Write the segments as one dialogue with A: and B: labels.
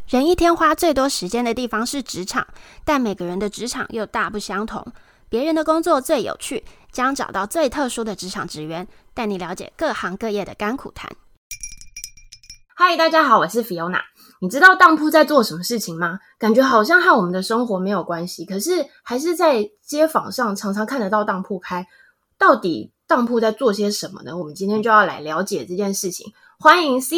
A: 人一天花最多时间的地方是职场，但每个人的职场又大不相同。别人的工作最有趣，将找到最特殊的职场职员，带你了解各行各业的甘苦谈。
B: 嗨，大家好，我是 Fiona。你知道当铺在做什么事情吗？感觉好像和我们的生活没有关系，可是还是在街坊上常常看得到当铺开。到底当铺在做些什么呢？我们今天就要来了解这件事情。欢迎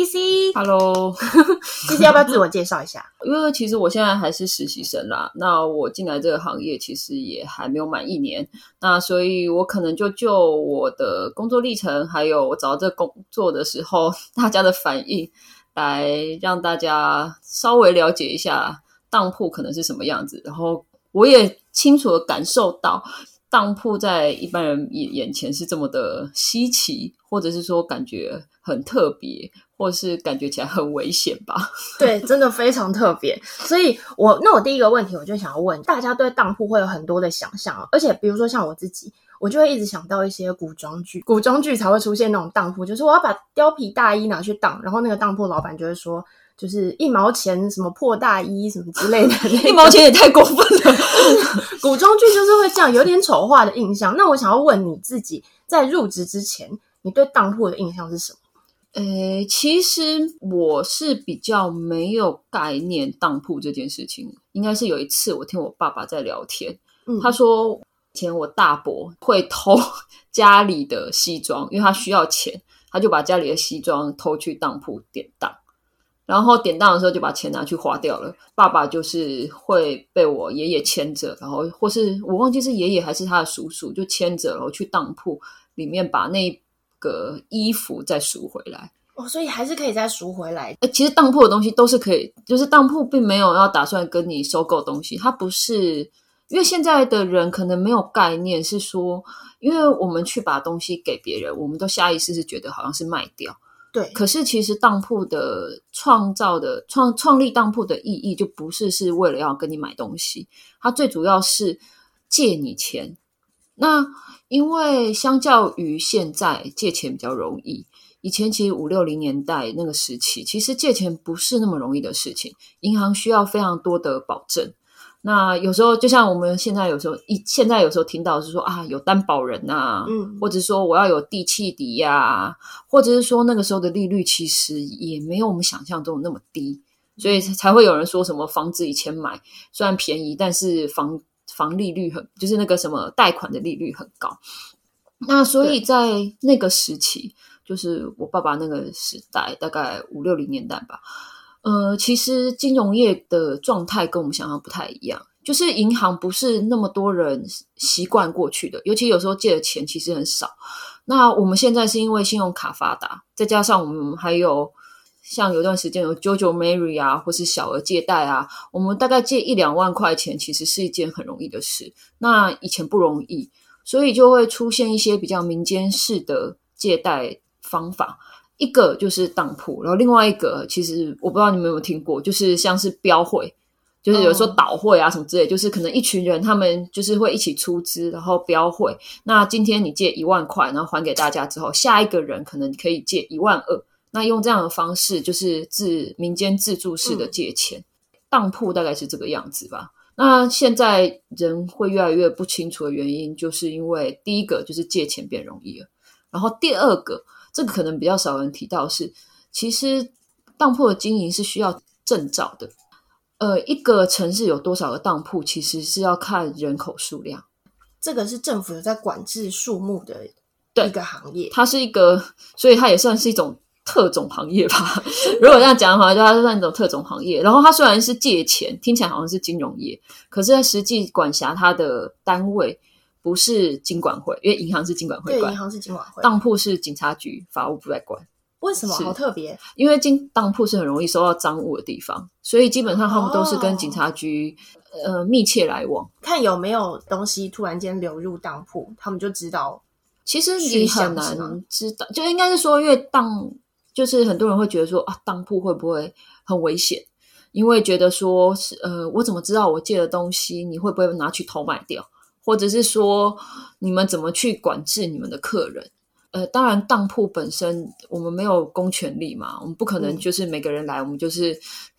B: CC。 CC 要不要自我介绍一下？
C: 因为其实我现在还是实习生啦，那我进来这个行业其实也还没有满1年，那所以我可能就我的工作历程，还有我找到这个工作的时候大家的反应，来让大家稍微了解一下当铺可能是什么样子。然后我也清楚的感受到当铺在一般人眼前是这么的稀奇，或者是说感觉很特别，或是感觉起来很危险吧。
B: 对，真的非常特别。所以我第一个问题我就想要问大家，对当铺会有很多的想象，而且比如说像我自己，我就会一直想到一些古装剧才会出现那种当铺，就是我要把貂皮大衣拿去当，然后那个当铺老板就会说就是1毛钱什么破大衣什么之类的
C: 1毛钱也太过分了。
B: 古装剧就是会这样，有点丑化的印象。那我想要问你自己，在入职之前你对当铺的印象是什么？
C: 其实我是比较没有概念当铺这件事情。应该是有一次我听我爸爸在聊天，他说以前我大伯会偷家里的西装，因为他需要钱，他就把家里的西装偷去当铺典当，然后典当的时候就把钱拿去花掉了。爸爸就是会被我爷爷牵着，然后或是我忘记是爷爷还是他的叔叔，就牵着然后去当铺里面把那个衣服再赎回来。
B: 所以还是可以再赎回来。
C: 其实当铺的东西都是可以，就是当铺并没有要打算跟你收购东西，它不是，因为现在的人可能没有概念，是说因为我们去把东西给别人，我们都下意识是觉得好像是卖掉。
B: 对，
C: 可是其实当铺的创立当铺的意义就不是为了要跟你买东西，它最主要是借你钱。那因为相较于现在借钱比较容易，以前其实5、60年代那个时期，其实借钱不是那么容易的事情，银行需要非常多的保证。那有时候就像我们现在有时候听到是说有担保人啊，或者说我要有地契抵押，或者是说那个时候的利率其实也没有我们想象中那么低，所以才会有人说什么房子以前买虽然便宜，但是房利率就是那个什么贷款的利率很高。那所以在那个时期，就是我爸爸那个时代，大概5、60年代吧。其实金融业的状态跟我们想象不太一样，就是银行不是那么多人习惯过去的，尤其有时候借的钱其实很少。那我们现在是因为信用卡发达，再加上我们还有像有段时间有 Jojo Mary 啊，或是小额借贷啊，我们大概借1、2万块钱其实是一件很容易的事，那以前不容易，所以就会出现一些比较民间式的借贷方法。一个就是当铺，然后另外一个其实我不知道你们有没有听过，就是像是标会，就是有时候倒会啊什么之类，就是可能一群人他们就是会一起出资，然后标会。那今天你借1万块，然后还给大家之后，下一个人可能可以借1万2，那用这样的方式就是民间自助式的借钱。当铺大概是这个样子吧。那现在人会越来越不清楚的原因，就是因为第一个就是借钱变容易了，然后第二个这个可能比较少人提到是，其实当铺的经营是需要证照的。一个城市有多少个当铺，其实是要看人口数量。
B: 这个是政府有在管制数目的一个行业，
C: 它是一个，所以它也算是一种特种行业吧。如果这样讲的话，就它算一种特种行业。然后它虽然是借钱，听起来好像是金融业，可是它实际管辖它的单位不是金管会，因为银行是金管会管，
B: 对，银行是金管会，
C: 当铺是警察局法务部在管。
B: 为什么？好特别。
C: 因为当铺是很容易收到赃物的地方，所以基本上他们都是跟警察局密切来往，
B: 看有没有东西突然间流入当铺，他们就知道。
C: 其实你很难知道，就应该是说，因为就是很多人会觉得说当铺会不会很危险，因为觉得说我怎么知道我借的东西你会不会拿去偷卖掉，或者是说你们怎么去管制你们的客人。当然当铺本身我们没有公权力嘛，我们不可能就是每个人来我们就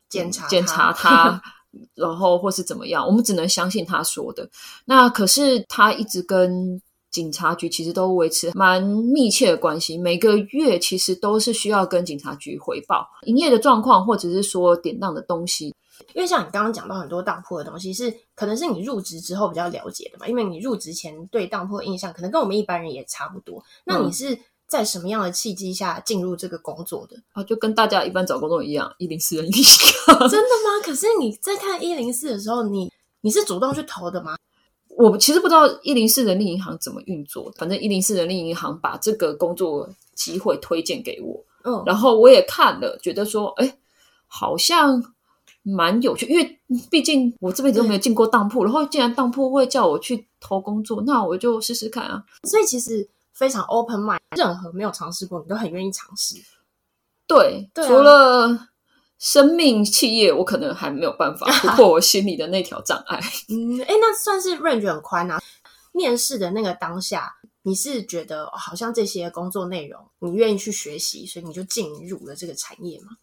B: 检
C: 查他然后或是怎么样，我们只能相信他说的。那可是他一直跟警察局其实都维持蛮密切的关系，每个月其实都是需要跟警察局回报营业的状况，或者是说典当的东西。
B: 因为像你刚刚讲到很多当铺的东西是可能是你入职之后比较了解的嘛，因为你入职前对当铺的印象可能跟我们一般人也差不多。那你是在什么样的契机下进入这个工作的？
C: 就跟大家一般找工作一样，104人力银
B: 行。真的吗？可是你在看104的时候，你是主动去投的吗？
C: 我其实不知道104人力银行怎么运作的，反正104人力银行把这个工作机会推荐给我，然后我也看了，觉得说好像蛮有趣，因为毕竟我这辈子都没有进过当铺，然后既然当铺会叫我去投工作，那我就试试看啊。
B: 所以其实非常 open mind， 任何没有尝试过你都很愿意尝试。
C: 对，除了生命企业我可能还没有办法突破我心里的那条障碍。
B: 那算是 range 很宽啊。面试的那个当下，你是觉得好像这些工作内容你愿意去学习，所以你就进入了这个产业吗？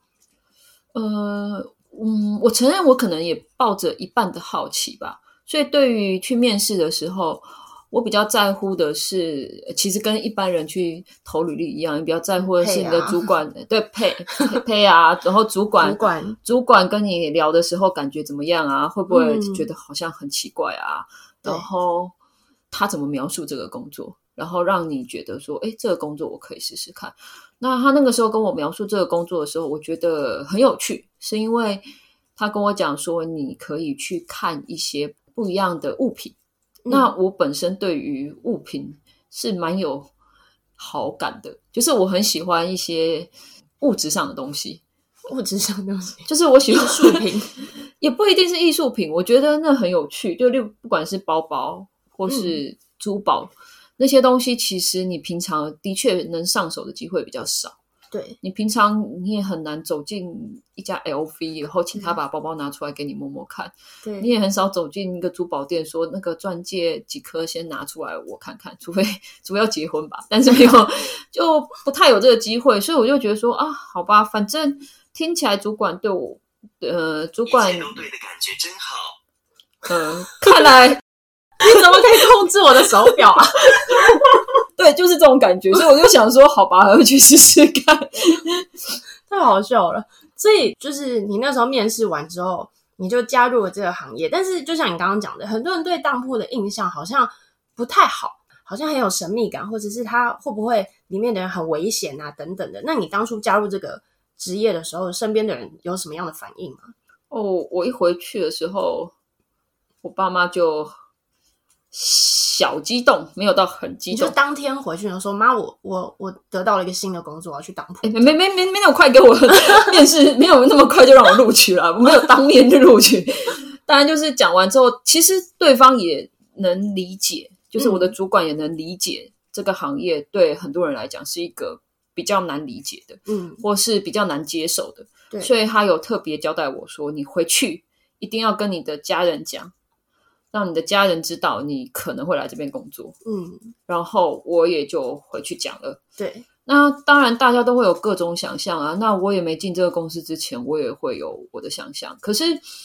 C: 我承认我可能也抱着一半的好奇吧，所以对于去面试的时候，我比较在乎的是，其实跟一般人去投履历一样，比较在乎的是你的主管对配啊，然后主管跟你聊的时候感觉怎么样啊，会不会觉得好像很奇怪啊，然后他怎么描述这个工作，然后让你觉得说这个工作我可以试试看。那他那个时候跟我描述这个工作的时候，我觉得很有趣，是因为他跟我讲说你可以去看一些不一样的物品。那我本身对于物品是蛮有好感的，就是我很喜欢一些物质上的东西。就是我喜欢艺术品也不一定是艺术品，我觉得那很有趣，就不管是包包或是珠宝，那些东西其实你平常的确能上手的机会比较少。
B: 对，
C: 你平常你也很难走进一家 LV 然后请他把包包拿出来给你摸摸看，对，你也很少走进一个珠宝店说那个钻戒几颗先拿出来我看看，除非要结婚吧，但是没有就不太有这个机会，所以我就觉得说好吧，反正听起来主管对我主管一切都对的感觉真好看来
B: 你怎么可以控制我的手表啊
C: 对，就是这种感觉，所以我就想说好吧，我去试试看
B: 太好笑了。所以就是你那时候面试完之后你就加入了这个行业，但是就像你刚刚讲的，很多人对当铺的印象好像不太好，好像很有神秘感，或者是他会不会里面的人很危险啊等等的。那你当初加入这个职业的时候，身边的人有什么样的反应吗？
C: 我一回去的时候，我爸妈就小激动，没有到很激动。
B: 你就当天回去的时候，妈，我得到了一个新的工作，我要去当铺。
C: 没那么快给我面试，没有那么快就让我录取了，我没有当面就录取。当然就是讲完之后，其实对方也能理解，就是我的主管也能理解这个行业对很多人来讲是一个比较难理解的，或是比较难接受的。对，所以他有特别交代我说，你回去一定要跟你的家人讲，让你的家人知道你可能会来这边工作。然后我也就回去讲了。
B: 对，
C: 那当然大家都会有各种想象啊，那我也没进这个公司之前我也会有我的想象，可是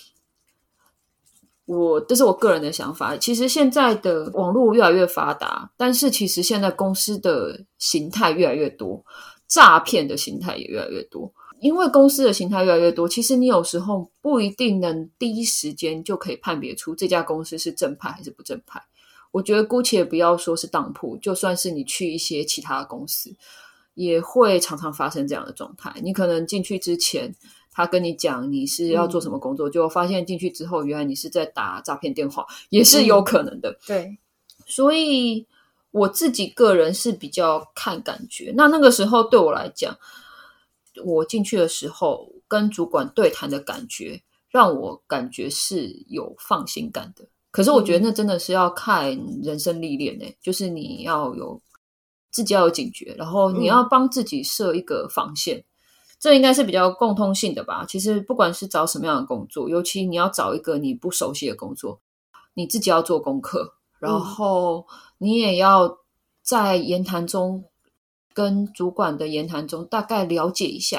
C: 这是我个人的想法。其实现在的网络越来越发达，但是其实现在公司的形态越来越多，诈骗的形态也越来越多。因为公司的形态越来越多，其实你有时候不一定能第一时间就可以判别出这家公司是正派还是不正派。我觉得姑且不要说是当铺，就算是你去一些其他的公司，也会常常发生这样的状态。你可能进去之前他跟你讲你是要做什么工作，就发现进去之后原来你是在打诈骗电话，也是有可能的。
B: 对，
C: 所以我自己个人是比较看感觉。那个时候对我来讲，我进去的时候跟主管对谈的感觉让我感觉是有放心感的。可是我觉得那真的是要看人生历练就是你要自己要有警觉，然后你要帮自己设一个防线。这应该是比较共通性的吧。其实不管是找什么样的工作，尤其你要找一个你不熟悉的工作，你自己要做功课，然后你也要在言谈中跟主管的言谈中大概了解一下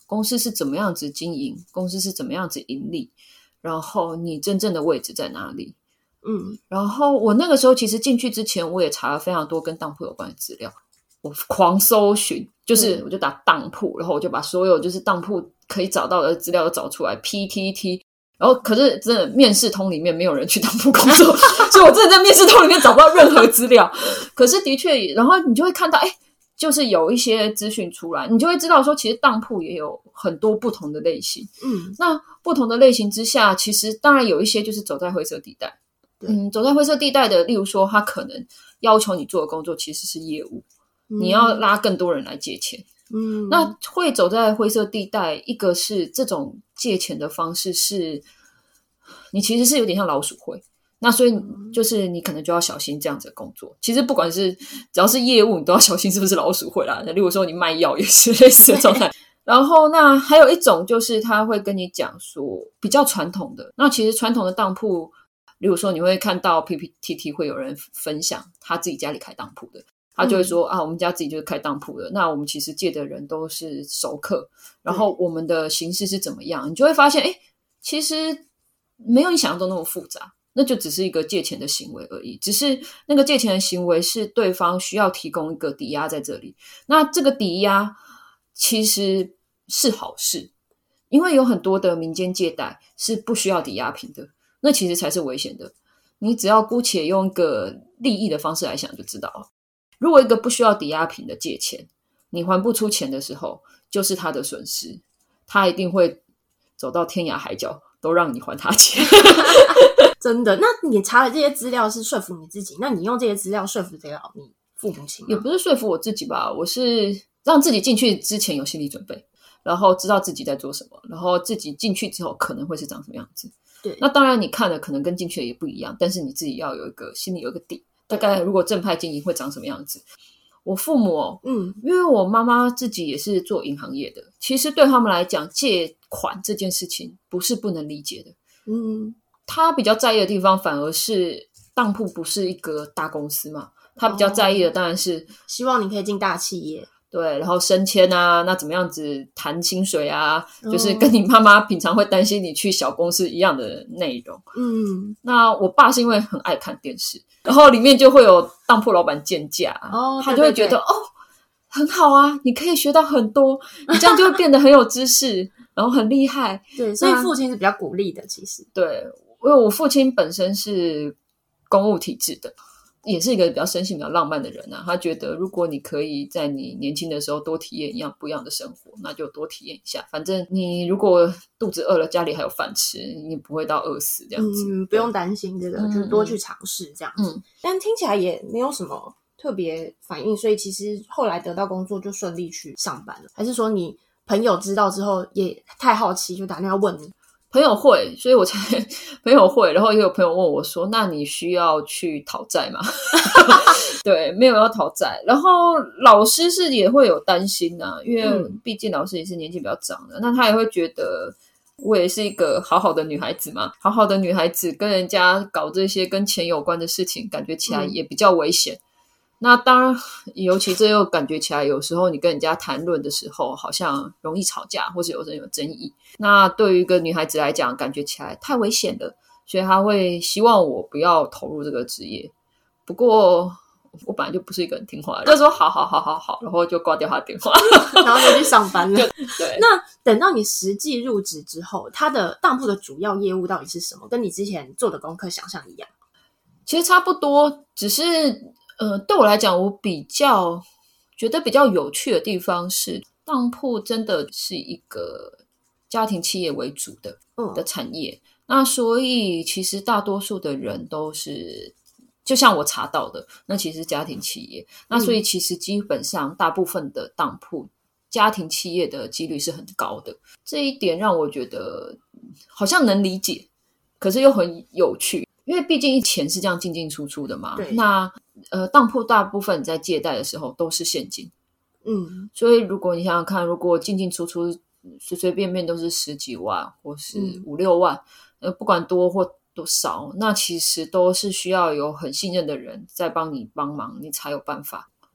C: 公司是怎么样子经营，公司是怎么样子盈利，然后你真正的位置在哪里。然后我那个时候其实进去之前，我也查了非常多跟当铺有关的资料，我狂搜寻，就是我就打当铺，然后我就把所有就是当铺可以找到的资料都找出来 PTT， 然后可是真的面试通里面没有人去当铺工作所以我真的在面试通里面找不到任何资料可是的确，然后你就会看到就是有一些资讯出来，你就会知道说其实当铺也有很多不同的类型。那不同的类型之下，其实当然有一些就是走在灰色地带。走在灰色地带的，例如说他可能要求你做的工作其实是业务，你要拉更多人来借钱。那会走在灰色地带，一个是这种借钱的方式是你其实是有点像老鼠会，那所以就是你可能就要小心这样子的工作。其实不管是只要是业务，你都要小心是不是老鼠会啦。例如说你卖药也是类似的状态然后那还有一种就是他会跟你讲说比较传统的，那其实传统的当铺，例如说你会看到 PTT 会有人分享他自己家里开当铺的，他就会说我们家自己就是开当铺的，那我们其实借的人都是熟客，然后我们的形式是怎么样，你就会发现其实没有你想象中那么复杂，那就只是一个借钱的行为而已，只是那个借钱的行为是对方需要提供一个抵押在这里，那这个抵押其实是好事，因为有很多的民间借贷是不需要抵押品的，那其实才是危险的。你只要姑且用一个利益的方式来想就知道了，如果一个不需要抵押品的借钱，你还不出钱的时候就是他的损失，他一定会走到天涯海角都让你还他钱
B: 真的。那你查了这些资料是说服你自己，那你用这些资料说服得了你父母亲吗？
C: 也不是说服我自己吧，我是让自己进去之前有心理准备，然后知道自己在做什么，然后自己进去之后可能会是长什么样子。
B: 对，
C: 那当然你看了可能跟进去的也不一样，但是你自己要有一个心里有一个底，大概如果正派经营会长什么样子。我父母因为我妈妈自己也是做银行业的，其实对他们来讲借款这件事情不是不能理解的。他比较在意的地方反而是当铺不是一个大公司嘛，他比较在意的当然是
B: 希望你可以进大企业，
C: 对，然后升迁啊，那怎么样子谈薪水啊，就是跟你妈妈平常会担心你去小公司一样的内容。那我爸是因为很爱看电视，然后里面就会有当铺老板见价，他就会觉得很好啊，你可以学到很多，你这样就会变得很有知识然后很厉害。
B: 对，所以父亲是比较鼓励的。其实
C: 对，因为我父亲本身是公务体制的，也是一个比较生性比较浪漫的人啊，他觉得如果你可以在你年轻的时候多体验一样不一样的生活，那就多体验一下，反正你如果肚子饿了家里还有饭吃，你不会到饿死这样子。
B: 不用担心这个，就是多去尝试这样子。但听起来也没有什么特别反应，所以其实后来得到工作就顺利去上班了，还是说你朋友知道之后也太好奇就打电话问你？
C: 朋友会，所以我才朋友会，然后也有朋友问我说那你需要去讨债吗对，没有要讨债。然后老师是也会有担心啊，因为毕竟老师也是年纪比较长的，那他也会觉得我也是一个好好的女孩子嘛，好好的女孩子跟人家搞这些跟钱有关的事情，感觉起来也比较危险。那当然尤其这又感觉起来有时候你跟人家谈论的时候好像容易吵架，或是有人有争议，那对于一个女孩子来讲感觉起来太危险了，所以她会希望我不要投入这个职业。不过我本来就不是一个很听话的，就说好好好好好，然后就挂掉她的电话
B: 然后就去上班了
C: 对，
B: 那等到你实际入职之后，他的当铺的主要业务到底是什么？跟你之前做的功课想象一样？
C: 其实差不多，只是对我来讲我觉得比较有趣的地方是当铺真的是一个家庭企业为主的产业，那所以其实大多数的人都是就像我查到的，那其实是家庭企业，那所以其实基本上大部分的当铺家庭企业的几率是很高的，这一点让我觉得好像能理解，可是又很有趣，因为毕竟钱是这样进进出出的嘛。那当铺大部分在借贷的时候都是现金，所以如果你想想看，如果进进出出随随便便都是10几万或是5、6万，不管多或多少，那其实都是需要有很信任的人在帮你帮忙，你才有办法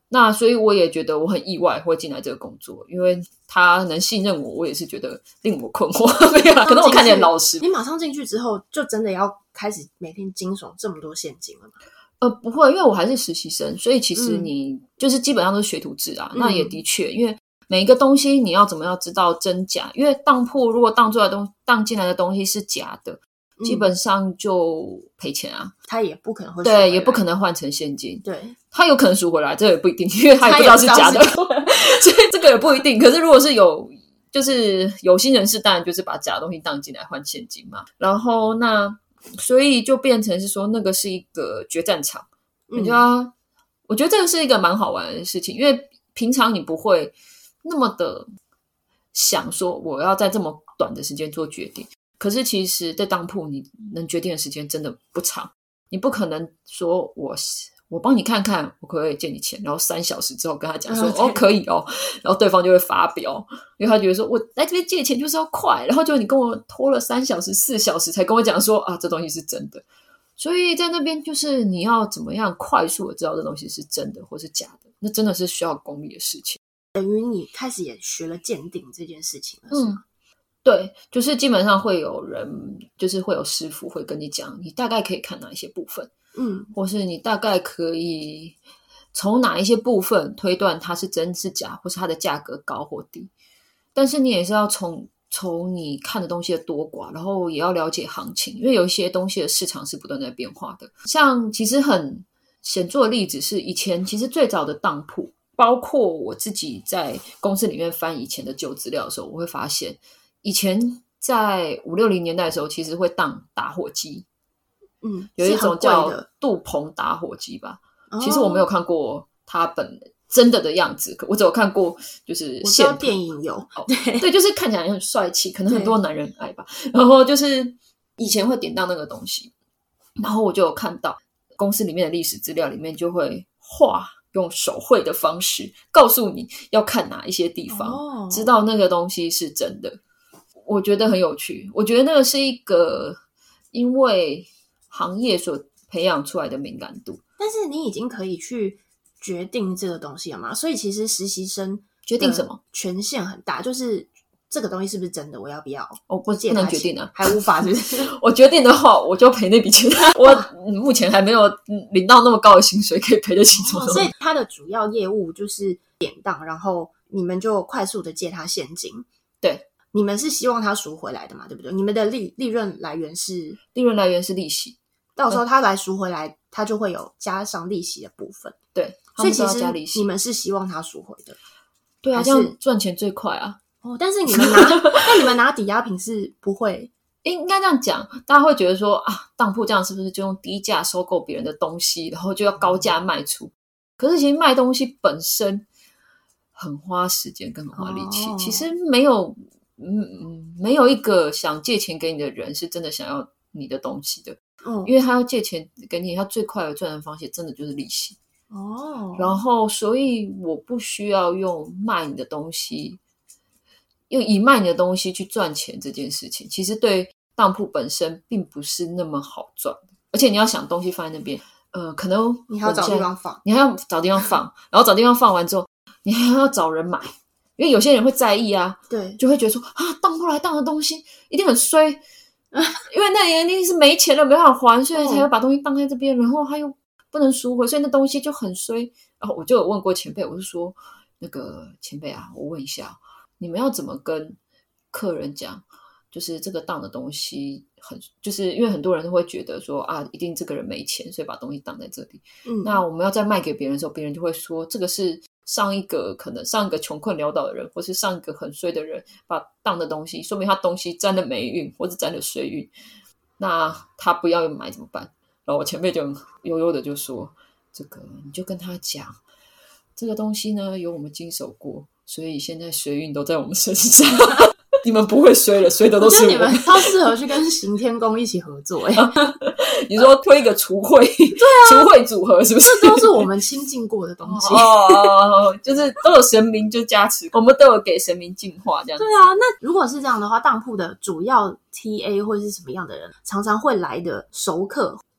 C: 那所以我也觉得我很意外会进来这个工作，因为他能信任我，我也是觉得令我困惑。没有啦，可能我看起来老实。
B: 你马上进去之后，就真的要开始每天经手这么多现金了吗？
C: 不会，因为我还是实习生，所以其实你就是基本上都是学徒制啊。那也的确，因为每一个东西你要怎么样知道真假？因为当铺如果当进来的东西是假的，基本上就赔钱啊。
B: 他也不可能会
C: 对，也不可能换成现金。
B: 对，
C: 他有可能赎回来，这也不一定，因为他也不知道是假的，所以这个也不一定。可是如果是就是有心人士，当然就是把假的东西当进来换现金嘛。然后所以就变成是说，那个是一个决战场。我觉得这个是一个蛮好玩的事情，因为平常你不会那么的想说我要在这么短的时间做决定。可是其实在当铺你能决定的时间真的不长，你不可能说我帮你看看我可不可以借你钱，然后3小时之后跟他讲说可以哦，然后对方就会发飙，因为他觉得说我来这边借钱就是要快，然后就你跟我拖了3小时4小时才跟我讲说啊这东西是真的。所以在那边就是你要怎么样快速的知道这东西是真的或是假的，那真的是需要功力的事情。
B: 等于你开始也学了鉴定这件事情了，是吗？
C: 对，就是基本上会有人，就是会有师傅会跟你讲，你大概可以看哪一些部分，或是你大概可以从哪一些部分推断它是真是假，或是它的价格高或低。但是你也是要从你看的东西的多寡，然后也要了解行情，因为有一些东西的市场是不断在变化的。像其实很显著的例子是以前其实最早的当铺，包括我自己在公司里面翻以前的旧资料的时候，我会发现以前在5、60年代的时候其实会当打火机，有一种叫镀硼打火机吧，其实我没有看过它真的样子，我只有看过就是现
B: 我知道电影有，
C: 对，就是看起来很帅气，可能很多男人爱吧。然后就是以前会典当那个东西，然后我就有看到公司里面的历史资料里面就会用手绘的方式告诉你要看哪一些地方，知道那个东西是真的。我觉得很有趣，我觉得那个是一个因为行业所培养出来的敏感度。
B: 但是你已经可以去决定这个东西了嘛？所以其实实习生
C: 决定什么
B: 权限很大，就是这个东西是不是真的，我要不要？
C: 不能决定啊，
B: 还无法是不是？
C: 我决定的话，我就赔那笔钱。我目前还没有领到那么高的薪水，可以赔得起这么多。
B: 所以他的主要业务就是典当，然后你们就快速的借他现金。
C: 对，
B: 你们是希望他赎回来的嘛？对不对？你们的利润来源是
C: 利息，
B: 到时候他来赎回来，他就会有加上利息的部分。
C: 对，
B: 所以其实你们是希望他赎回的。
C: 对啊，这样赚钱最快啊。
B: 但是你们拿抵押品是不会。
C: 应该这样讲，大家会觉得说啊，当铺这样是不是就用低价收购别人的东西，然后就要高价卖出？可是其实卖东西本身很花时间跟很花力气，其实没有一个想借钱给你的人是真的想要你的东西的，因为他要借钱给你，他最快的赚的方式真的就是利息。然后所以我不需要用卖你的东西，以卖你的东西去赚钱这件事情，其实对当铺本身并不是那么好赚的。而且你要想东西放在那边，可能
B: 你还要找地方放，
C: 然后找地方放完之后，你还要找人买，因为有些人会在意啊，
B: 对，
C: 就会觉得说啊，当铺来当的东西一定很衰，因为那人一定是没钱了，没办法还，所以才会把东西当在这边，然后他又不能赎回，所以那东西就很衰。然后我就有问过前辈，我就说那个前辈啊，我问一下，你们要怎么跟客人讲，就是这个当的东西就是因为很多人都会觉得说啊，一定这个人没钱，所以把东西当在这里。那我们要再卖给别人的时候，别人就会说这个是可能上一个穷困潦倒的人，或是上一个很衰的人把当的东西，说明他东西沾了霉运或者沾了衰运，那他不要买怎么办？然后我前辈就悠悠的就说，这个你就跟他讲，这个东西呢有我们经手过，所以现在衰运都在我们身上。你们不会衰了，衰的都是我。
B: 你们超适合去跟行天宫一起合作
C: 你说推一个除秽，对啊，除秽组合是不是？
B: 这都是我们亲近过的东西
C: 就是都有神明就加持，我们都有给神明净化这样子。
B: 对啊，那如果是这样的话，当铺的主要 TA 会是什么样的人？常常会来的熟客，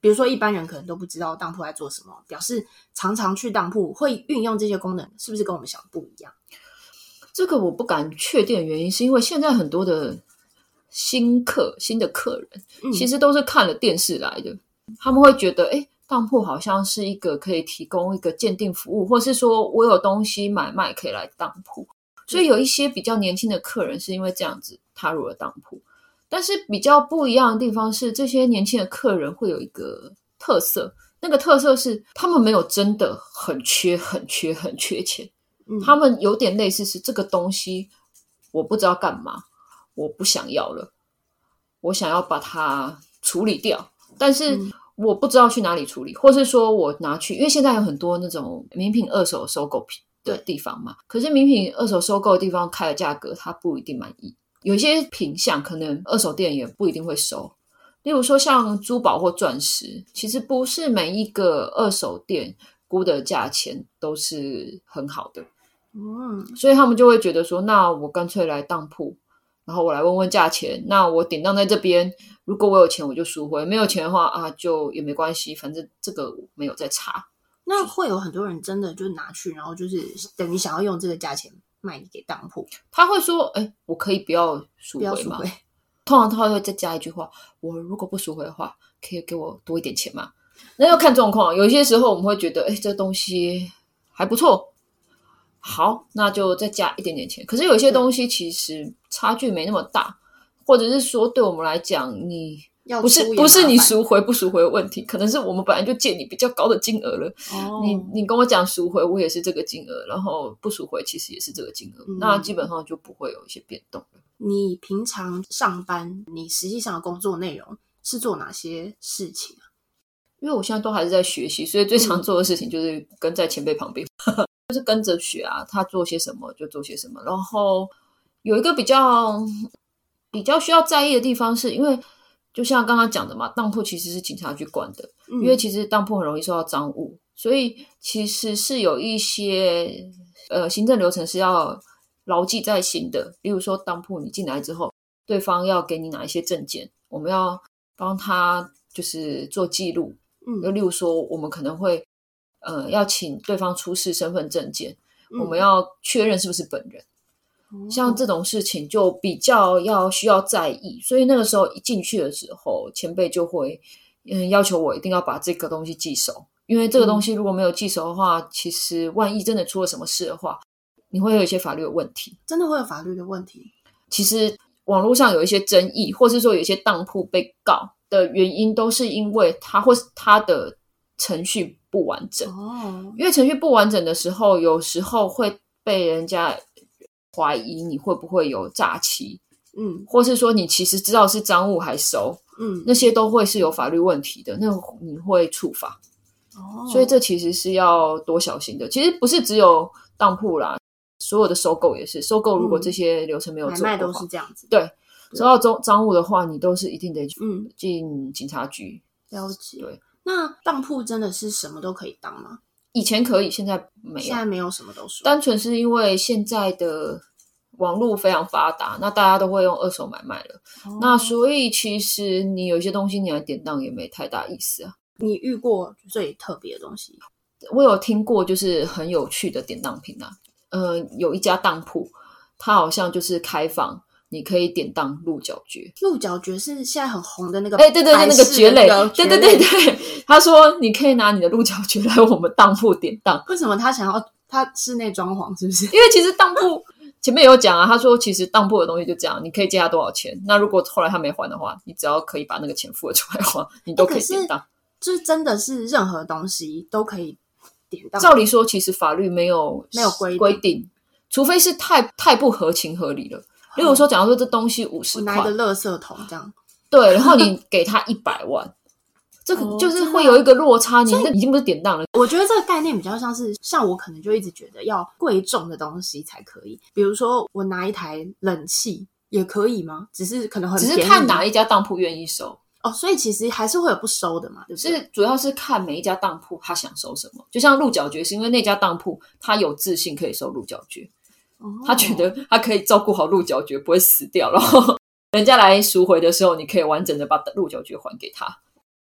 B: 比如说一般人可能都不知道当铺在做什么，表示常常去当铺会运用这些功能，是不是跟我们想的不一样？
C: 这个我不敢确定的原因是因为现在很多的新的客人其实都是看了电视来的，他们会觉得当铺好像是一个可以提供一个鉴定服务，或是说我有东西买卖可以来当铺，所以有一些比较年轻的客人是因为这样子踏入了当铺。但是比较不一样的地方是，这些年轻的客人会有一个特色，那个特色是他们没有真的很缺钱，他们有点类似是这个东西我不知道干嘛，我不想要了，我想要把它处理掉，但是我不知道去哪里处理，或是说我拿去，因为现在有很多那种名品二手收购的地方嘛，可是名品二手收购的地方开的价格他不一定满意，有些品项可能二手店也不一定会收，例如说像珠宝或钻石，其实不是每一个二手店估的价钱都是很好的，所以他们就会觉得说，那我干脆来当铺，然后我来问问价钱，那我典当在这边，如果我有钱我就赎回，没有钱的话就也没关系，反正这个我没有在查。
B: 那会有很多人真的就拿去，然后就是等于想要用这个价钱卖给当铺，
C: 他会说我可以不要赎回吗？通常他会再加一句话，我如果不赎回的话可以给我多一点钱吗？那要看状况，有些时候我们会觉得这东西还不错，好，那就再加一点点钱。可是有些东西其实差距没那么大，或者是说对我们来讲，你不是你赎回不赎回的问题，可能是我们本来就借你比较高的金额了，你跟我讲赎回我也是这个金额，然后不赎回其实也是这个金额，那基本上就不会有一些变动了。
B: 你平常上班你实际上的工作内容是做哪些事情啊？
C: 因为我现在都还是在学习，所以最常做的事情就是跟在前辈旁边就是跟着学他做些什么就做些什么。然后有一个比较需要在意的地方是，因为就像刚刚讲的嘛，当铺其实是警察局管的，因为其实当铺很容易受到赃物，所以其实是有一些行政流程是要牢记在心的。例如说当铺你进来之后，对方要给你哪一些证件，我们要帮他就是做记录，例如说我们可能会要请对方出示身份证件，我们要确认是不是本人，像这种事情就比较需要在意，所以那个时候一进去的时候，前辈就会要求我一定要把这个东西记熟，因为这个东西如果没有记熟的话，其实万一真的出了什么事的话，你会有一些法律的问题。
B: 真的会有法律的问题？其
C: 实网络上有一些争议，或是说有一些当铺被告的原因，都是因为他的程序不完整。因为程序不完整的时候，有时候会被人家怀疑你会不会有诈欺，或是说你其实知道是赃物还收，那些都会是有法律问题的，那你会触法。所以这其实是要多小心的。其实不是只有当铺啦，所有的收购也是，收购如果这些流程没有做的话，
B: 买卖都是这样子。
C: 对，收到赃物的话，你都是一定得进警察局。
B: 了解。
C: 对，
B: 那当铺真的是什么都可以当吗？
C: 以前可以，现在没有。
B: 现在没有什么都说，
C: 单纯是因为现在的网络非常发达，那大家都会用二手买卖了，那所以其实你有一些东西你来典当也没太大意思啊。
B: 你遇过最特别的东西？
C: 我有听过就是很有趣的典当品有一家当铺，它好像就是开放你可以典当鹿角蕨。
B: 鹿角蕨是现在很红的那个
C: 对对，那个蕨类，对，他说你可以拿你的鹿角蕨来我们当铺典当。
B: 为什么他想要他室内装潢？是不是？
C: 因为其实当铺前面有讲他说其实当铺的东西就这样，你可以借他多少钱，那如果后来他没还的话，你只要可以把那个钱付了出来还，你都可以典当。
B: 就是真的是任何东西都可以典当？
C: 照理说其实法律没有规定，除非是太不合情合理了。例如说假如说这东西50块，
B: 我拿一个垃圾桶这样，
C: 对，然后你给他100万这个就是会有一个落差，你那已经不是典当了。
B: 我觉得这个概念比较像我可能就一直觉得要贵重的东西才可以，比如说我拿一台冷气也可以吗？只是可能很便宜，
C: 只是看哪一家当铺愿意收。
B: 所以其实还是会有不收的嘛，对不对？
C: 是主要是看每一家当铺他想收什么。就像鹿角蕨是因为那家当铺他有自信可以收鹿角蕨，他觉得他可以照顾好鹿角蕨不会死掉，然后人家来赎回的时候你可以完整的把鹿角蕨还给他。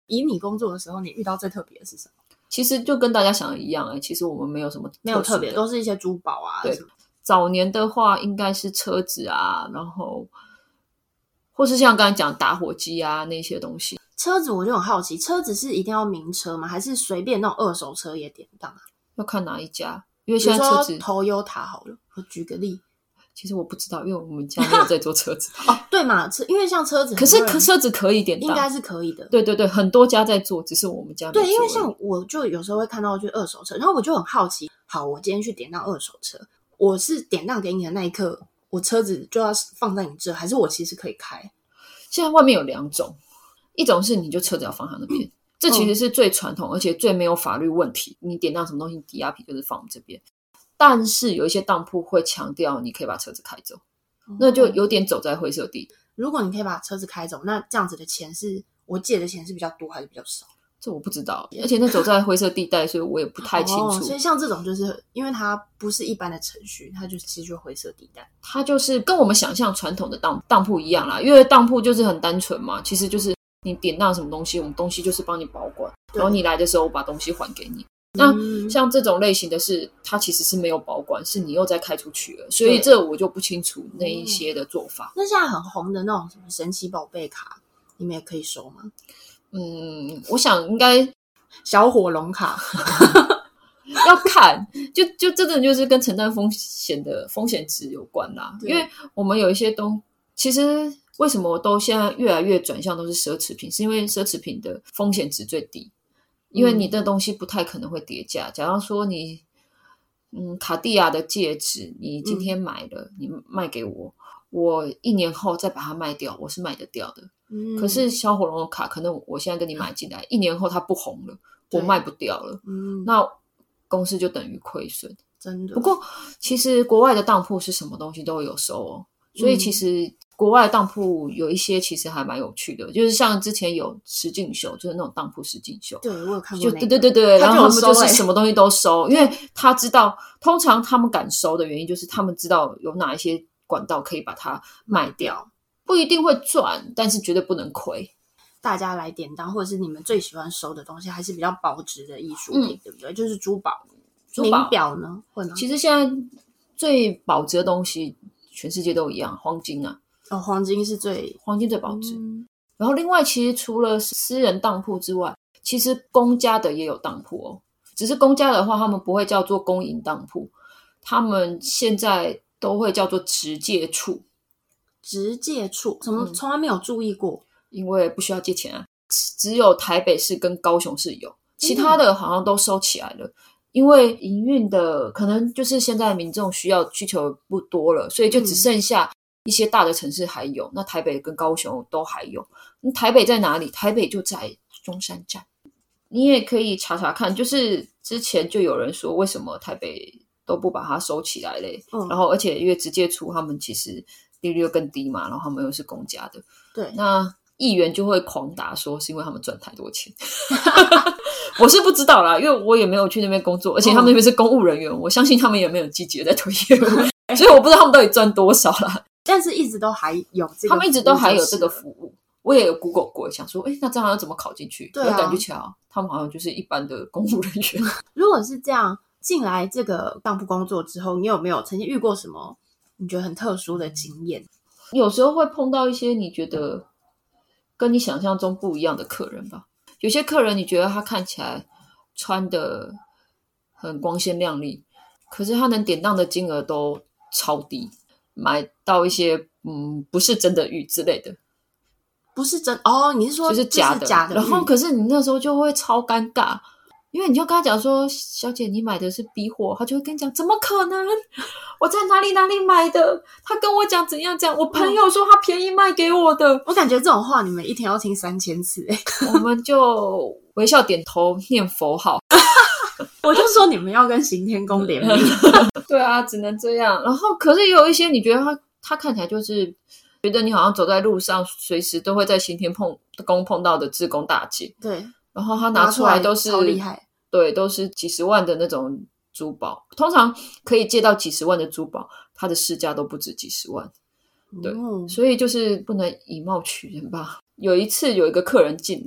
B: 以你工作的时候，你遇到最特别的是什么？
C: 其实就跟大家想的一样，其实我们没有什么
B: 没有特别，都是一些珠宝啊。
C: 对，早年的话应该是车子啊，然后或是像刚才讲打火机啊那些东西。
B: 车子我就很好奇，车子是一定要名车吗？还是随便那种二手车也典当啊？
C: 要看哪一家，因为现在车子，
B: 比如说 Toyota 好了，我举个例。
C: 其实我不知道，因为我们家没有在做车子。
B: 哦，对嘛，因为像车子，
C: 可是车子可以典当，
B: 应该是可以的。
C: 对对对，很多家在做，只是我们家没做。
B: 对，因为像我就有时候会看到就是二手车，然后我就很好奇，好，我今天去典当二手车，我是典当给你的那一刻，我车子就要放在你这，还是我其实可以开？
C: 现在外面有2种，一种是你就车子要放他那边，这其实是最传统而且最没有法律问题，你典当什么东西抵押品就是放我们这边。但是有一些当铺会强调你可以把车子开走，那就有点走在灰色地。
B: 如果你可以把车子开走，那这样子的钱是我借的钱是比较多还是比较少？
C: 这我不知道，而且那走在灰色地带，所以我也不太清楚。
B: 所以像这种就是因为它不是一般的程序，它就其实就是灰色地带。
C: 它就是跟我们想象传统的当铺一样啦，因为当铺就是很单纯嘛，其实就是你典当什么东西，我们东西就是帮你保管，然后你来的时候我把东西还给你。那像这种类型的是它其实是没有保管，是你又再开出去了，所以这我就不清楚那一些的做法。
B: 那现在很红的那种什么神奇宝贝卡你们也可以收吗？
C: 我想应该
B: 小火龙卡
C: 要看就真的就是跟承担风险的风险值有关啦。因为我们有一些其实为什么都现在越来越转向都是奢侈品，是因为奢侈品的风险值最低，因为你的东西不太可能会跌价。假如说你卡地亚的戒指你今天买了，你卖给我，我1年后再把它卖掉，我是卖得掉的。可是小火龙的卡可能我现在跟你买进来1年后它不红了，我卖不掉了，那公司就等于亏损。
B: 真的。
C: 不过其实国外的当铺是什么东西都有收哦，所以其实国外的当铺有一些其实还蛮有趣的，就是像之前有实境秀，就是那种当铺实境秀。
B: 对，我有看过那个。
C: 对，然后他们就是什么东西都收，因为他知道通常他们敢收的原因就是他们知道有哪一些管道可以把它卖掉，不一定会赚，但是绝对不能亏。
B: 大家来典当或者是你们最喜欢收的东西还是比较保值的艺术品，对不对？就是珠宝名表呢会吗？
C: 其实现在最保值的东西全世界都一样，黄金啊。
B: 黄金最
C: 保值。然后另外其实除了私人当铺之外，其实公家的也有当铺哦，只是公家的话他们不会叫做公营当铺，他们现在都会叫做直借处。怎么从来没有注意过？因为不需要借钱啊，只有台北市跟高雄市有，其他的好像都收起来了。因为营运的可能就是现在民众需求不多了，所以就只剩下一些大的城市还有，那台北跟高雄都还有。台北在哪里？台北就在中山站，你也可以查查看，就是之前就有人说为什么台北都不把它收起来嘞，然后而且因为直接出他们其实利率又更低嘛，然后他们又是公家的，
B: 对，
C: 那议员就会狂打说是因为他们赚太多钱我是不知道啦，因为我也没有去那边工作，而且他们那边是公务人员，我相信他们也没有积极的在推业务所以我不知道他们到底赚多少啦。
B: 但是一直都还有这个，
C: 他们一直都还有这个服务。我也有 Google 过，想说那这样要怎么考进去？
B: 对啊，
C: 感觉起来他们好像就是一般的公务人员
B: 如果是这样进来这个当铺工作之后，你有没有曾经遇过什么你觉得很特殊的经验？
C: 有时候会碰到一些你觉得跟你想象中不一样的客人吧。有些客人你觉得他看起来穿的很光鲜亮丽，可是他能典当的金额都超低，买到一些不是真的玉之类的。
B: 不是真你是说
C: 就是假的，然后可是你那时候就会超尴尬，因为你就跟他讲说小姐你买的是 B 货，他就会跟你讲怎么可能，我在哪里买的，他跟我讲怎样讲，我朋友说他便宜卖给我的。
B: 我感觉这种话你们一天要听3000次
C: 我们就微笑点头念佛号
B: 我就说你们要跟行天宫联名
C: 对啊，只能这样。然后可是有一些你觉得他看起来就是觉得你好像走在路上随时都会在行天宫碰到的志工大姐，
B: 对，
C: 然后他拿出来都是
B: 超厉害，
C: 对，都是几十万的那种珠宝，通常可以借到几十万的珠宝，它的市价都不止几十万。对，所以就是不能以貌取人吧。有一次有一个客人进来，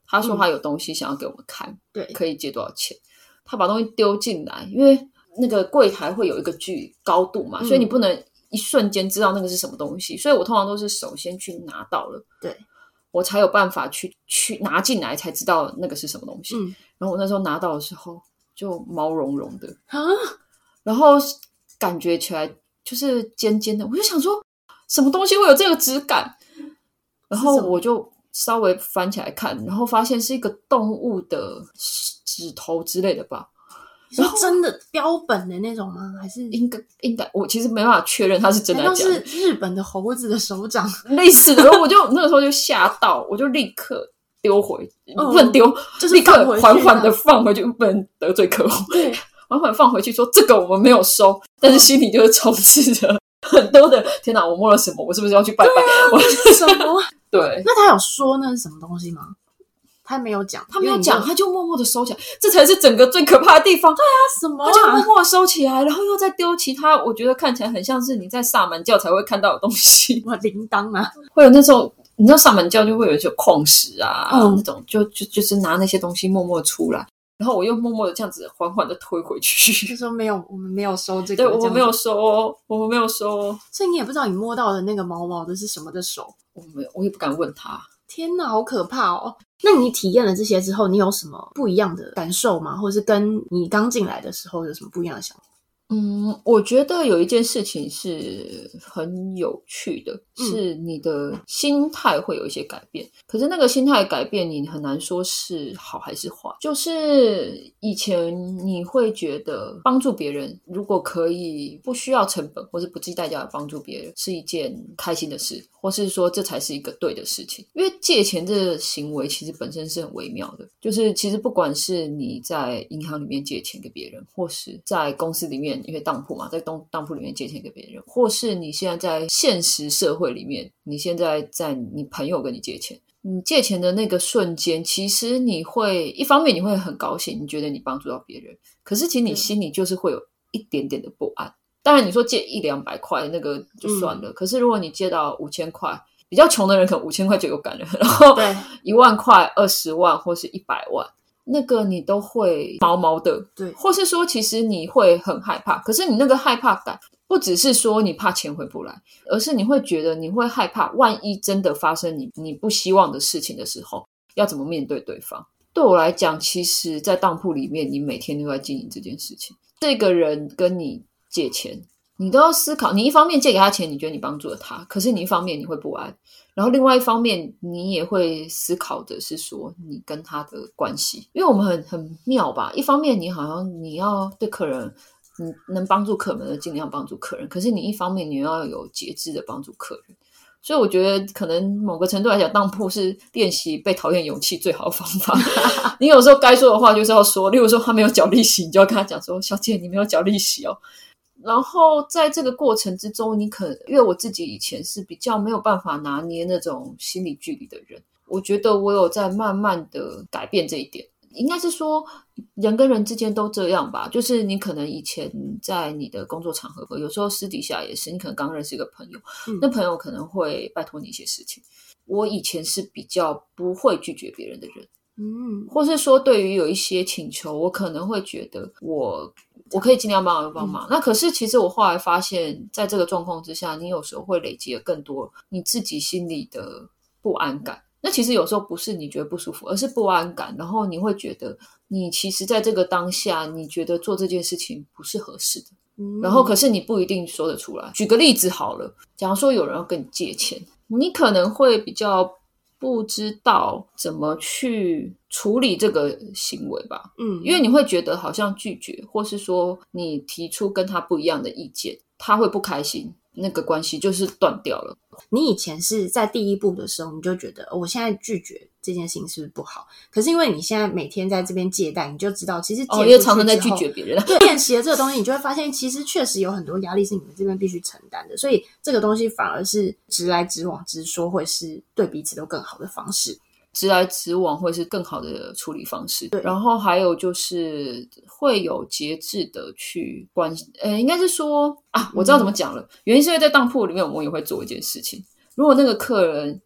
C: 他说他有东西想要给我们看，
B: 对，
C: 可以借多少钱。他把东西丢进来，因为那个柜台会有一个高度嘛，所以你不能一瞬间知道那个是什么东西，所以我通常都是首先去拿到了，
B: 对，
C: 我才有办法去拿进来，才知道那个是什么东西。然后我那时候拿到的时候就毛茸茸的然后感觉起来就是尖尖的，我就想说什么东西会有这个质感，然后我就稍微翻起来看，然后发现是一个动物的指头之类的吧。
B: 然后真的标本的那种吗？还是
C: 应该我其实没办法确认它是真的假的。
B: 难道是日本的猴子的手掌
C: 类似的？然后我就那个时候就吓到，我就立刻丢回，不能丢，
B: 就是
C: 立刻缓缓的放回去，不能得罪客户。对，缓缓放回去说这个我们没有收，但是心里就是充斥着很多的天哪，我摸了什么？我是不是要去拜拜？我
B: 什么？
C: 对，
B: 那他有说那是什么东西吗？他没有讲，
C: 他没有讲，他就默默的收起来，这才是整个最可怕的地方。
B: 对啊，什么、啊？
C: 他就默默的收起来，然后又再丢其他，我觉得看起来很像是你在萨满教才会看到的东西。
B: 哇，铃铛啊，
C: 会有那种你知道萨满教就会有一些矿石啊，那种就是拿那些东西默默出来，然后我又默默的这样子缓缓的推回去，
B: 就说没有，我们没有收这个，
C: 对，我们没有收哦，我们没有收哦。
B: 所以你也不知道你摸到的那个毛毛的是什么的手，
C: 我也不敢问他。
B: 天哪，好可怕哦！那你体验了这些之后，你有什么不一样的感受吗？或者是跟你刚进来的时候有什么不一样的想法？
C: 我觉得有一件事情是很有趣的，是你的心态会有一些改变。可是那个心态改变，你很难说是好还是坏。就是以前你会觉得帮助别人，如果可以不需要成本或是不计代价的帮助别人，是一件开心的事，或是说这才是一个对的事情。因为借钱这个行为其实本身是很微妙的，就是其实不管是你在银行里面借钱给别人，或是在公司里面因为当铺嘛，在当铺里面借钱给别人，或是你现在在现实社会里面，你现在在你朋友跟你借钱，你借钱的那个瞬间，其实你会一方面你会很高兴，你觉得你帮助到别人，可是其实你心里就是会有一点点的不安。当然你说借100-200块那个就算了，可是如果你借到5000块，比较穷的人可能5000块就有感了，然后1万块、20万或是100万，那个你都会毛毛的，
B: 对，
C: 或是说其实你会很害怕，可是你那个害怕感不只是说你怕钱回不来，而是你会觉得你会害怕万一真的发生你不希望的事情的时候要怎么面对对方。对我来讲，其实在当铺里面你每天都在经营这件事情，这个人跟你借钱你都要思考，你一方面借给他钱你觉得你帮助了他，可是你一方面你会不安，然后另外一方面你也会思考的是说你跟他的关系。因为我们很妙吧，一方面你好像你要对客人你能帮助客人的尽量帮助客人，可是你一方面你要有节制的帮助客人。所以我觉得可能某个程度来讲，当铺是练习被讨厌勇气最好的方法。你有时候该说的话就是要说，例如说他没有缴利息，你就要跟他讲说，小姐你没有缴利息哦。然后在这个过程之中，你可能因为我自己以前是比较没有办法拿捏那种心理距离的人，我觉得我有在慢慢的改变这一点。应该是说人跟人之间都这样吧，就是你可能以前在你的工作场合，有时候私底下也是，你可能刚认识一个朋友，那朋友可能会拜托你一些事情。我以前是比较不会拒绝别人的人，或是说对于有一些请求，我可能会觉得我可以尽量帮忙。那可是其实我后来发现，在这个状况之下，你有时候会累积了更多你自己心里的不安感。那其实有时候不是你觉得不舒服，而是不安感，然后你会觉得你其实在这个当下你觉得做这件事情不是合适的，然后可是你不一定说得出来。举个例子好了，假如说有人要跟你借钱，你可能会比较不知道怎么去处理这个行为吧，因为你会觉得好像拒绝，或是说你提出跟他不一样的意见，他会不开心，那个关系就是断掉了。
B: 你以前是在第一步的时候你就觉得我现在拒绝这件事情是不是不好，可是因为你现在每天在这边借贷，你就知道其实借出去之后
C: 因为常常在拒绝别人，
B: 对，练习了这个东西，你就会发现其实确实有很多压力是你们这边必须承担的，所以这个东西反而是直来直往直说会是对彼此都更好的方式，
C: 直来直往会是更好的处理方式。
B: 对，
C: 然后还有就是会有节制的去应该是说我知道怎么讲了，原因是因为在当铺里面我们也会做一件事情，如果那个客人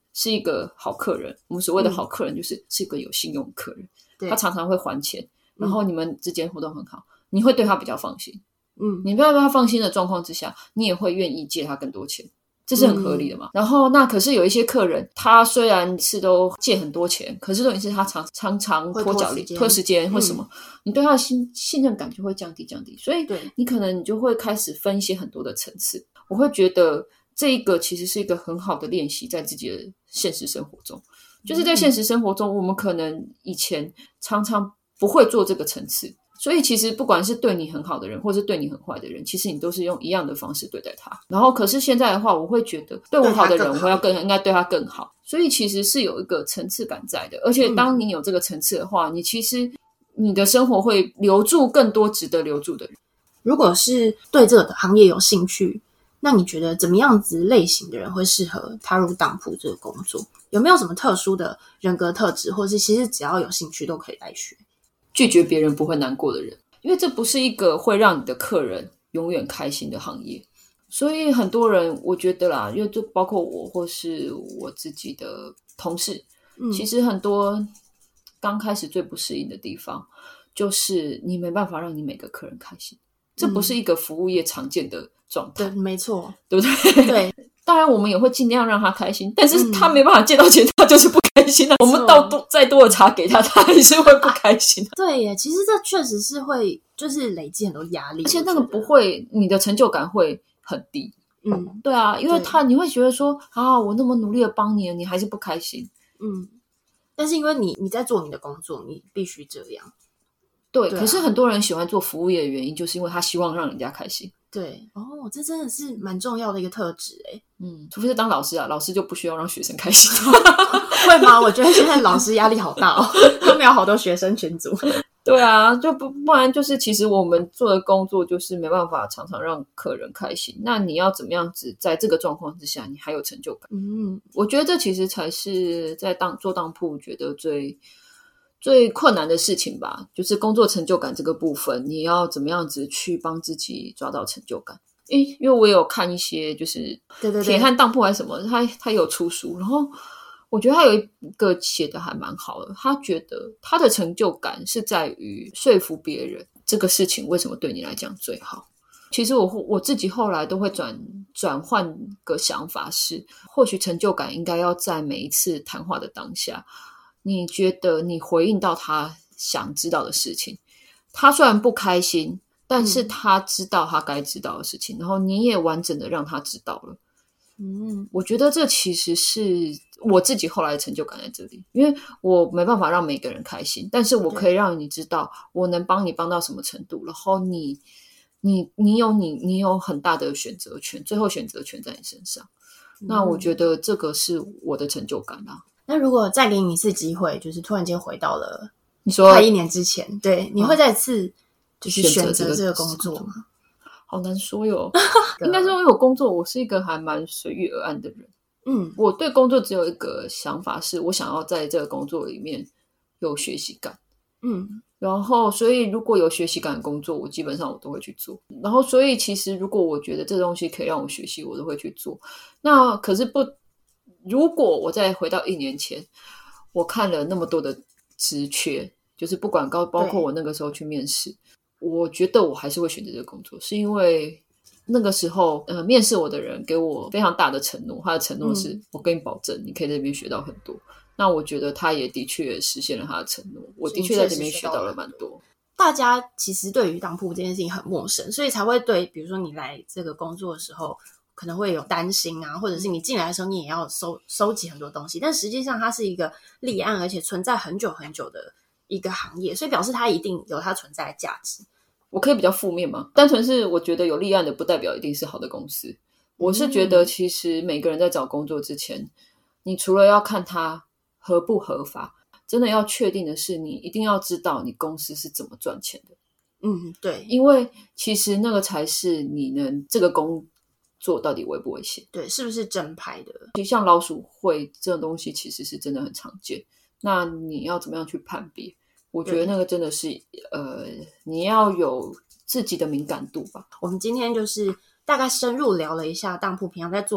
C: 是一个好客人。我们所谓的好客人是一个有信用的客人，他常常会还钱，然后你们之间互动很好，你会对他比较放心。你对他放心的状况之下，你也会愿意借他更多钱，这是很合理的嘛。然后那可是有一些客人，他虽然是都借很多钱，可是重点是他常常拖脚力、拖时间或什么，你对他的信任感就会降低，所以你可能你就会开始分析很多的层次。我会觉得这一个其实是一个很好的练习，在自己的现实生活中，就是在现实生活中，我们可能以前常常不会做这个层次。所以其实不管是对你很好的人或是对你很坏的人，其实你都是用一样的方式对待他。然后可是现在的话，我会觉得对我好的人我会应该对他更好。所以其实是有一个层次感在的，而且当你有这个层次的话，你其实你的生活会留住更多值得留住的人。
B: 如果是对这个行业有兴趣，那你觉得怎么样子类型的人会适合踏入当铺这个工作？有没有什么特殊的人格特质，或是其实只要有兴趣都可以来学？
C: 拒绝别人不会难过的人，因为这不是一个会让你的客人永远开心的行业。所以很多人我觉得啦，因为就包括我或是我自己的同事，其实很多刚开始最不适应的地方就是你没办法让你每个客人开心，这不是一个服务业常见的状态。
B: 对，没错，
C: 对不对？
B: 对，
C: 当然我们也会尽量让他开心，但是他没办法借到钱，他就是不开心啊。我们倒再多的茶给他，他还是会不开心啊。
B: 对耶，其实这确实是会就是累积很多压力，
C: 而且那个不会，你的成就感会很低。对啊，因为你会觉得说啊，我那么努力的帮你了，你还是不开心。
B: 但是因为你在做你的工作，你必须这样。
C: 对，可是很多人喜欢做服务业的原因，就是因为他希望让人家开心。
B: 对这真的是蛮重要的一个特质诶。
C: 除非是当老师啊，老师就不需要让学生开心。
B: 会吗？我觉得现在老师压力好大哦，他们有好多学生群组。
C: 对啊，就不然就是其实我们做的工作就是没办法常常让客人开心。那你要怎么样子在这个状况之下，你还有成就感？我觉得这其实才是在做当铺觉得最困难的事情吧，就是工作成就感这个部分，你要怎么样子去帮自己抓到成就感？因为我有看一些就是铁汉当铺还是什么，他有出书，然后我觉得他有一个写的还蛮好的，他觉得他的成就感是在于说服别人这个事情为什么对你来讲最好。其实我自己后来都会转换个想法是，或许成就感应该要在每一次谈话的当下，你觉得你回应到他想知道的事情，他虽然不开心，但是他知道他该知道的事情，然后你也完整的让他知道了。我觉得这其实是我自己后来的成就感在这里，因为我没办法让每个人开心，但是我可以让你知道我能帮你帮到什么程度，然后你有很大的选择权，最后选择权在你身上。那我觉得这个是我的成就感啦。
B: 那如果再给你一次机会，就是突然间回到了
C: 你说
B: 快1年之前，对，你会再次就是选择这个工作吗？
C: 好难说哟。应该说因为我工作我是一个还蛮随遇而安的人。我对工作只有一个想法，是我想要在这个工作里面有学习感。然后所以如果有学习感的工作，我基本上我都会去做。然后所以其实如果我觉得这东西可以让我学习，我都会去做。那可是如果我再回到1年前，我看了那么多的职缺，就是不管包括我那个时候去面试，我觉得我还是会选择这个工作，是因为那个时候面试我的人给我非常大的承诺，他的承诺是我跟你保证你可以在这边学到很多。那我觉得他也的确实现了他的承诺，我的确在这边学到了蛮多。
B: 大家其实对于当铺这件事情很陌生，所以才会对比如说你来这个工作的时候可能会有担心啊，或者是你进来的时候你也要收集很多东西，但实际上它是一个立案而且存在很久很久的一个行业，所以表示它一定有它存在的价值。
C: 我可以比较负面吗？单纯是我觉得有立案的不代表一定是好的公司。我是觉得其实每个人在找工作之前，你除了要看它合不合法，真的要确定的是你一定要知道你公司是怎么赚钱的。
B: 对，
C: 因为其实那个才是你能这个工作到底危不危险，
B: 对，是不是正派的。
C: 其实像老鼠会这种东西其实是真的很常见，那你要怎么样去判别，我觉得那个真的是你要有自己的敏感度吧。
B: 我们今天就是大概深入聊了一下当铺平常在做什么，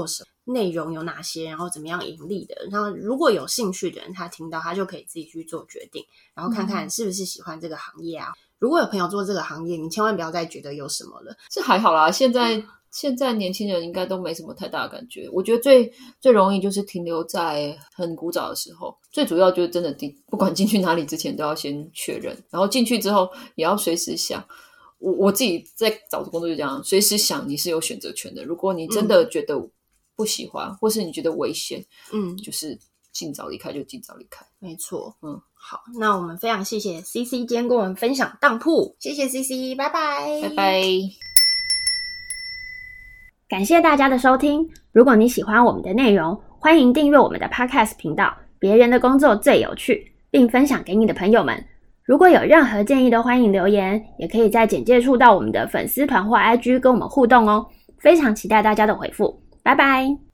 B: 内容有哪些，然后怎么样盈利的，然后如果有兴趣的人他听到他就可以自己去做决定，然后看看是不是喜欢这个行业啊。如果有朋友做这个行业，你千万不要再觉得有什么了，
C: 这还好啦，现在年轻人应该都没什么太大的感觉。我觉得最容易就是停留在很古早的时候，最主要就是真的不管进去哪里之前都要先确认，然后进去之后也要随时想。我自己在找工作就这样，随时想你是有选择权的。如果你真的觉得不喜欢，或是你觉得危险，就是尽早离开就尽早离开。
B: 没错，好，那我们非常谢谢 CC 今天跟我们分享当铺，谢谢 CC， 拜拜，
C: 拜拜。
A: 感谢大家的收听。如果你喜欢我们的内容，欢迎订阅我们的 Podcast 频道，别人的工作最有趣，并分享给你的朋友们。如果有任何建议都欢迎留言，也可以在简介处到我们的粉丝团或 IG 跟我们互动哦。非常期待大家的回复，拜拜。